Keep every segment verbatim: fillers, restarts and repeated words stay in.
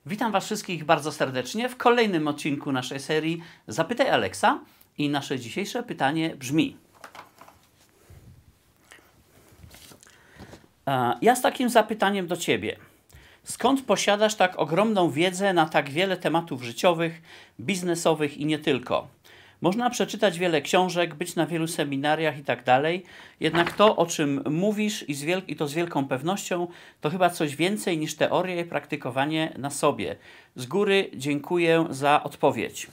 Witam Was wszystkich bardzo serdecznie w kolejnym odcinku naszej serii Zapytaj Alexa i nasze dzisiejsze pytanie brzmi: ja z takim zapytaniem do Ciebie. Skąd posiadasz tak ogromną wiedzę na tak wiele tematów życiowych, biznesowych i nie tylko? Można przeczytać wiele książek, być na wielu seminariach i tak dalej, jednak to, o czym mówisz i, z wiel- i to z wielką pewnością, to chyba coś więcej niż teoria i praktykowanie na sobie. Z góry dziękuję za odpowiedź.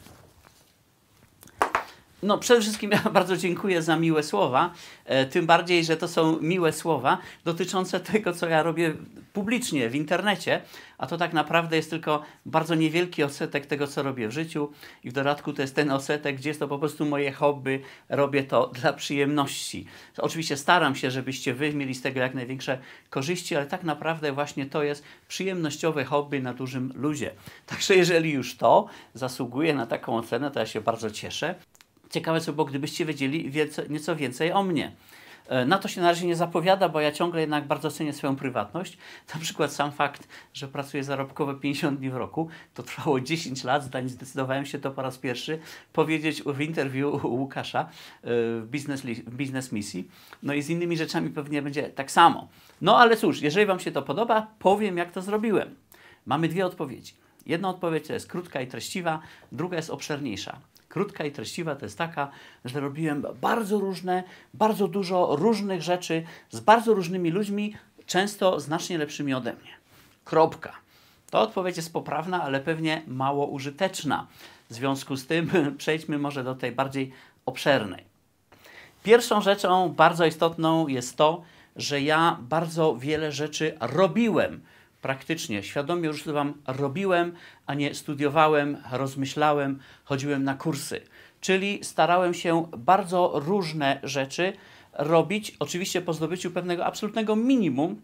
No, przede wszystkim ja bardzo dziękuję za miłe słowa, e, tym bardziej, że to są miłe słowa dotyczące tego, co ja robię publicznie w internecie, a to tak naprawdę jest tylko bardzo niewielki odsetek tego, co robię w życiu i w dodatku to jest ten odsetek, gdzie jest to po prostu moje hobby, robię to dla przyjemności. Oczywiście staram się, żebyście wy mieli z tego jak największe korzyści, ale tak naprawdę właśnie to jest przyjemnościowe hobby na dużym luzie. Także jeżeli już to zasługuje na taką ocenę, to ja się bardzo cieszę. Ciekawe co było, gdybyście wiedzieli więcej, nieco więcej o mnie. Na to się na razie nie zapowiada, bo ja ciągle jednak bardzo cenię swoją prywatność. Na przykład sam fakt, że pracuję zarobkowo pięćdziesiąt dni w roku, to trwało dziesięć lat, zanim zdecydowałem się to po raz pierwszy powiedzieć w interwiu u Łukasza w Biznes, w Biznes Misji. No i z innymi rzeczami pewnie będzie tak samo. No ale cóż, jeżeli Wam się to podoba, powiem jak to zrobiłem. Mamy dwie odpowiedzi. Jedna odpowiedź to jest krótka i treściwa, druga jest obszerniejsza. Krótka i treściwa to jest taka, że robiłem bardzo różne, bardzo dużo różnych rzeczy z bardzo różnymi ludźmi, często znacznie lepszymi ode mnie. Kropka. To odpowiedź jest poprawna, ale pewnie mało użyteczna. W związku z tym przejdźmy może do tej bardziej obszernej. Pierwszą rzeczą bardzo istotną jest to, że ja bardzo wiele rzeczy robiłem. Praktycznie, świadomie używam robiłem, a nie studiowałem, rozmyślałem, chodziłem na kursy. Czyli starałem się bardzo różne rzeczy robić, oczywiście po zdobyciu pewnego absolutnego minimum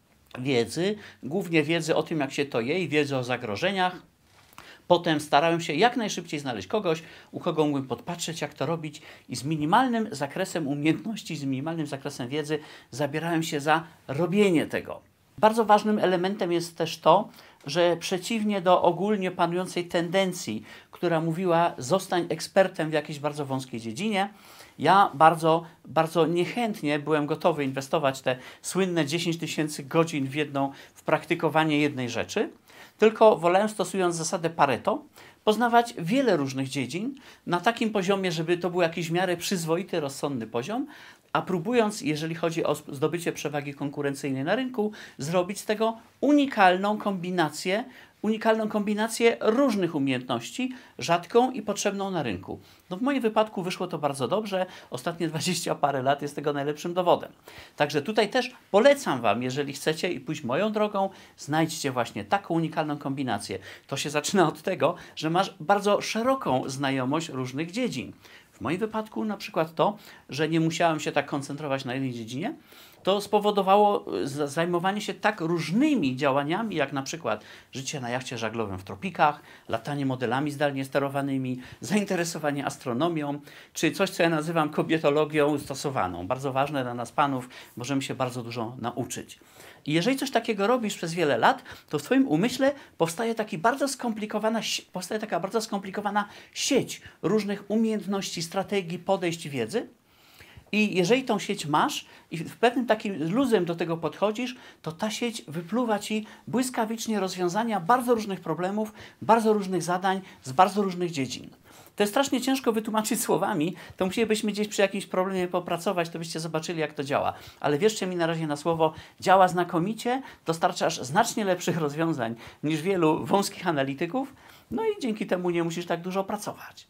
wiedzy, głównie wiedzy o tym, jak się to je i wiedzy o zagrożeniach. Potem starałem się jak najszybciej znaleźć kogoś, u kogo mógłbym podpatrzeć, jak to robić i z minimalnym zakresem umiejętności, z minimalnym zakresem wiedzy zabierałem się za robienie tego. Bardzo ważnym elementem jest też to, że przeciwnie do ogólnie panującej tendencji, która mówiła zostań ekspertem w jakiejś bardzo wąskiej dziedzinie, ja bardzo, bardzo niechętnie byłem gotowy inwestować te słynne dziesięć tysięcy godzin w jedną, w praktykowanie jednej rzeczy, tylko wolałem, stosując zasadę Pareto, poznawać wiele różnych dziedzin na takim poziomie, żeby to był jakiś w miarę przyzwoity, rozsądny poziom, a próbując, jeżeli chodzi o zdobycie przewagi konkurencyjnej na rynku, zrobić z tego unikalną kombinację, unikalną kombinację różnych umiejętności, rzadką i potrzebną na rynku. No w moim wypadku wyszło to bardzo dobrze, ostatnie dwadzieścia parę lat jest tego najlepszym dowodem. Także tutaj też polecam Wam, jeżeli chcecie i pójść moją drogą, znajdźcie właśnie taką unikalną kombinację. To się zaczyna od tego, że masz bardzo szeroką znajomość różnych dziedzin. W moim wypadku na przykład to, że nie musiałem się tak koncentrować na jednej dziedzinie, to spowodowało zajmowanie się tak różnymi działaniami, jak na przykład życie na jachcie żaglowym w tropikach, latanie modelami zdalnie sterowanymi, zainteresowanie astronomią, czy coś, co ja nazywam kobietologią stosowaną. Bardzo ważne dla nas panów, możemy się bardzo dużo nauczyć. I jeżeli coś takiego robisz przez wiele lat, to w Twoim umyśle powstaje, taki bardzo skomplikowana, powstaje taka bardzo skomplikowana sieć różnych umiejętności, strategii, podejść, wiedzy. I jeżeli tą sieć masz i w pewnym takim luzem do tego podchodzisz, to ta sieć wypluwa Ci błyskawicznie rozwiązania bardzo różnych problemów, bardzo różnych zadań z bardzo różnych dziedzin. To jest strasznie ciężko wytłumaczyć słowami, to musielibyśmy gdzieś przy jakimś problemie popracować, to byście zobaczyli, jak to działa. Ale wierzcie mi na razie na słowo, działa znakomicie, dostarczasz znacznie lepszych rozwiązań niż wielu wąskich analityków, no i dzięki temu nie musisz tak dużo pracować.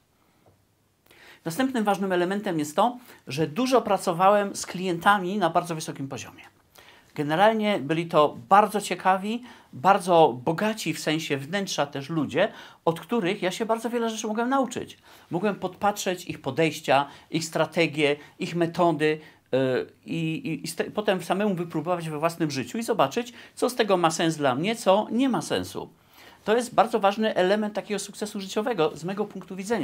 Następnym ważnym elementem jest to, że dużo pracowałem z klientami na bardzo wysokim poziomie. Generalnie byli to bardzo ciekawi, bardzo bogaci w sensie wnętrza też ludzie, od których ja się bardzo wiele rzeczy mogłem nauczyć. Mogłem podpatrzeć ich podejścia, ich strategie, ich metody yy, i, i potem samemu wypróbować we własnym życiu i zobaczyć, co z tego ma sens dla mnie, co nie ma sensu. To jest bardzo ważny element takiego sukcesu życiowego z mego punktu widzenia.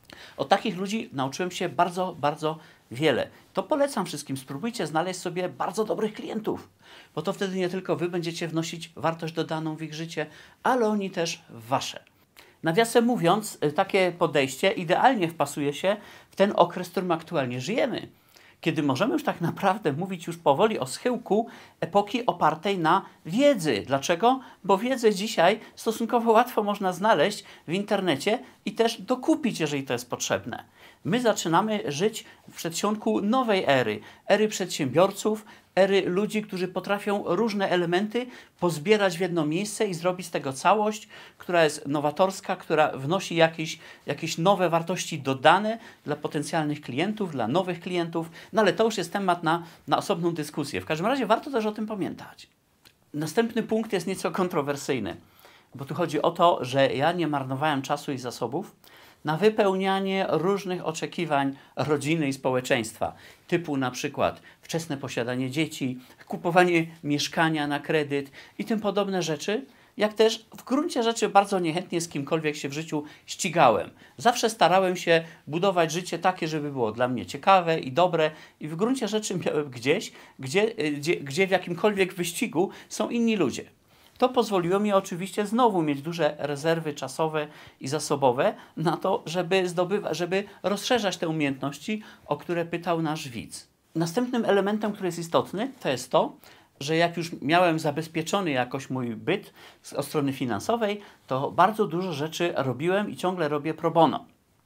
Od takich ludzi nauczyłem się bardzo, bardzo wiele. To polecam wszystkim. Spróbujcie znaleźć sobie bardzo dobrych klientów, bo to wtedy nie tylko wy będziecie wnosić wartość dodaną w ich życie, ale oni też w wasze. Nawiasem mówiąc, takie podejście idealnie wpasuje się w ten okres, w którym aktualnie żyjemy, kiedy możemy już tak naprawdę mówić już powoli o schyłku epoki opartej na wiedzy. Dlaczego? Bo wiedzę dzisiaj stosunkowo łatwo można znaleźć w internecie i też dokupić, jeżeli to jest potrzebne. My zaczynamy żyć w przedsionku nowej ery, ery przedsiębiorców, ery ludzi, którzy potrafią różne elementy pozbierać w jedno miejsce i zrobić z tego całość, która jest nowatorska, która wnosi jakieś, jakieś nowe wartości dodane dla potencjalnych klientów, dla nowych klientów. No ale to już jest temat na, na osobną dyskusję. W każdym razie warto też o tym pamiętać. Następny punkt jest nieco kontrowersyjny, bo tu chodzi o to, że ja nie marnowałem czasu i zasobów na wypełnianie różnych oczekiwań rodziny i społeczeństwa, typu na przykład wczesne posiadanie dzieci, kupowanie mieszkania na kredyt i tym podobne rzeczy, jak też w gruncie rzeczy bardzo niechętnie z kimkolwiek się w życiu ścigałem. Zawsze starałem się budować życie takie, żeby było dla mnie ciekawe i dobre i w gruncie rzeczy miałem gdzieś, gdzie, gdzie, gdzie w jakimkolwiek wyścigu są inni ludzie. To pozwoliło mi oczywiście znowu mieć duże rezerwy czasowe i zasobowe na to, żeby zdobywać, żeby rozszerzać te umiejętności, o które pytał nasz widz. Następnym elementem, który jest istotny, to jest to, że jak już miałem zabezpieczony jakoś mój byt od strony finansowej, to bardzo dużo rzeczy robiłem i ciągle robię pro bono.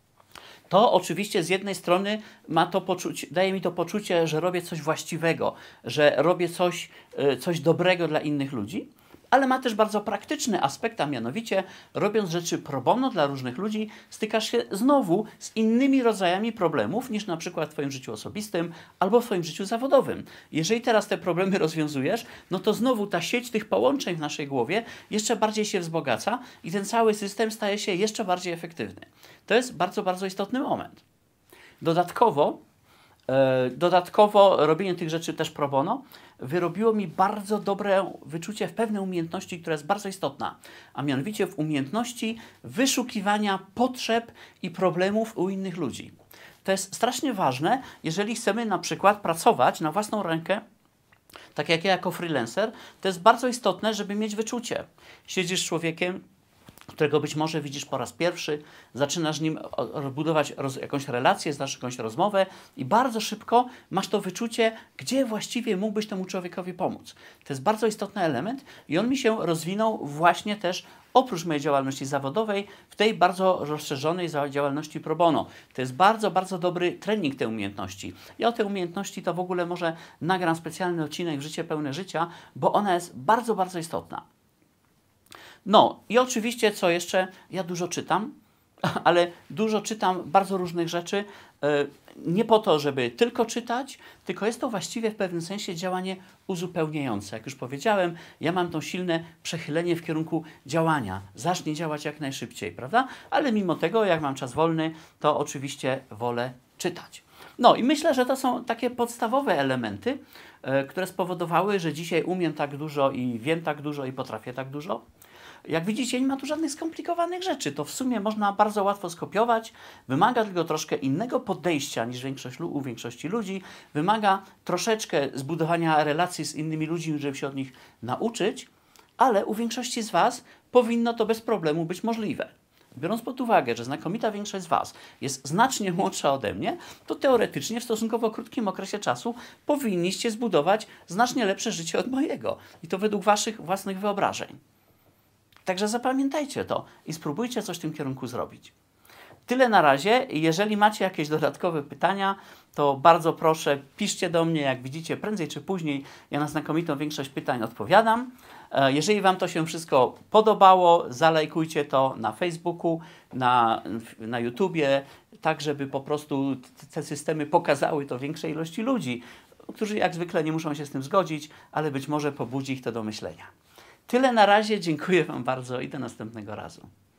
To oczywiście z jednej strony ma to poczucie, daje mi to poczucie, że robię coś właściwego, że robię coś, coś dobrego dla innych ludzi, ale ma też bardzo praktyczny aspekt, a mianowicie robiąc rzeczy pro bono dla różnych ludzi, stykasz się znowu z innymi rodzajami problemów niż na przykład w twoim życiu osobistym albo w twoim życiu zawodowym. Jeżeli teraz te problemy rozwiązujesz, no to znowu ta sieć tych połączeń w naszej głowie jeszcze bardziej się wzbogaca i ten cały system staje się jeszcze bardziej efektywny. To jest bardzo, bardzo istotny moment. Dodatkowo, e, dodatkowo robienie tych rzeczy też pro bono wyrobiło mi bardzo dobre wyczucie w pewnej umiejętności, która jest bardzo istotna, a mianowicie w umiejętności wyszukiwania potrzeb i problemów u innych ludzi. To jest strasznie ważne, jeżeli chcemy na przykład pracować na własną rękę, tak jak ja jako freelancer, to jest bardzo istotne, żeby mieć wyczucie. Siedzisz z człowiekiem, którego być może widzisz po raz pierwszy, zaczynasz z nim budować roz, jakąś relację, znasz jakąś rozmowę i bardzo szybko masz to wyczucie, gdzie właściwie mógłbyś temu człowiekowi pomóc. To jest bardzo istotny element i on mi się rozwinął właśnie też oprócz mojej działalności zawodowej w tej bardzo rozszerzonej działalności pro bono. To jest bardzo, bardzo dobry trening tej umiejętności. Ja o tej umiejętności to w ogóle może nagram specjalny odcinek Życie pełne życia, bo ona jest bardzo, bardzo istotna. No i oczywiście, co jeszcze, ja dużo czytam, ale dużo czytam bardzo różnych rzeczy, nie po to, żeby tylko czytać, tylko jest to właściwie w pewnym sensie działanie uzupełniające. Jak już powiedziałem, ja mam to silne przechylenie w kierunku działania. Zacznij działać jak najszybciej, prawda? Ale mimo tego, jak mam czas wolny, to oczywiście wolę czytać. No i myślę, że to są takie podstawowe elementy, które spowodowały, że dzisiaj umiem tak dużo i wiem tak dużo i potrafię tak dużo. Jak widzicie, nie ma tu żadnych skomplikowanych rzeczy. To w sumie można bardzo łatwo skopiować. Wymaga tylko troszkę innego podejścia niż większość, u większości ludzi. Wymaga troszeczkę zbudowania relacji z innymi ludźmi, żeby się od nich nauczyć, ale u większości z Was powinno to bez problemu być możliwe. Biorąc pod uwagę, że znakomita większość z Was jest znacznie młodsza ode mnie, to teoretycznie w stosunkowo krótkim okresie czasu powinniście zbudować znacznie lepsze życie od mojego. I to według Waszych własnych wyobrażeń. Także zapamiętajcie to i spróbujcie coś w tym kierunku zrobić. Tyle na razie. Jeżeli macie jakieś dodatkowe pytania, to bardzo proszę, piszcie do mnie. Jak widzicie, prędzej czy później ja na znakomitą większość pytań odpowiadam. Jeżeli Wam to się wszystko podobało, zalajkujcie to na Facebooku, na, na YouTubie, tak żeby po prostu te systemy pokazały to większej ilości ludzi, którzy jak zwykle nie muszą się z tym zgodzić, ale być może pobudzi ich to do myślenia. Tyle na razie, dziękuję Wam bardzo i do następnego razu.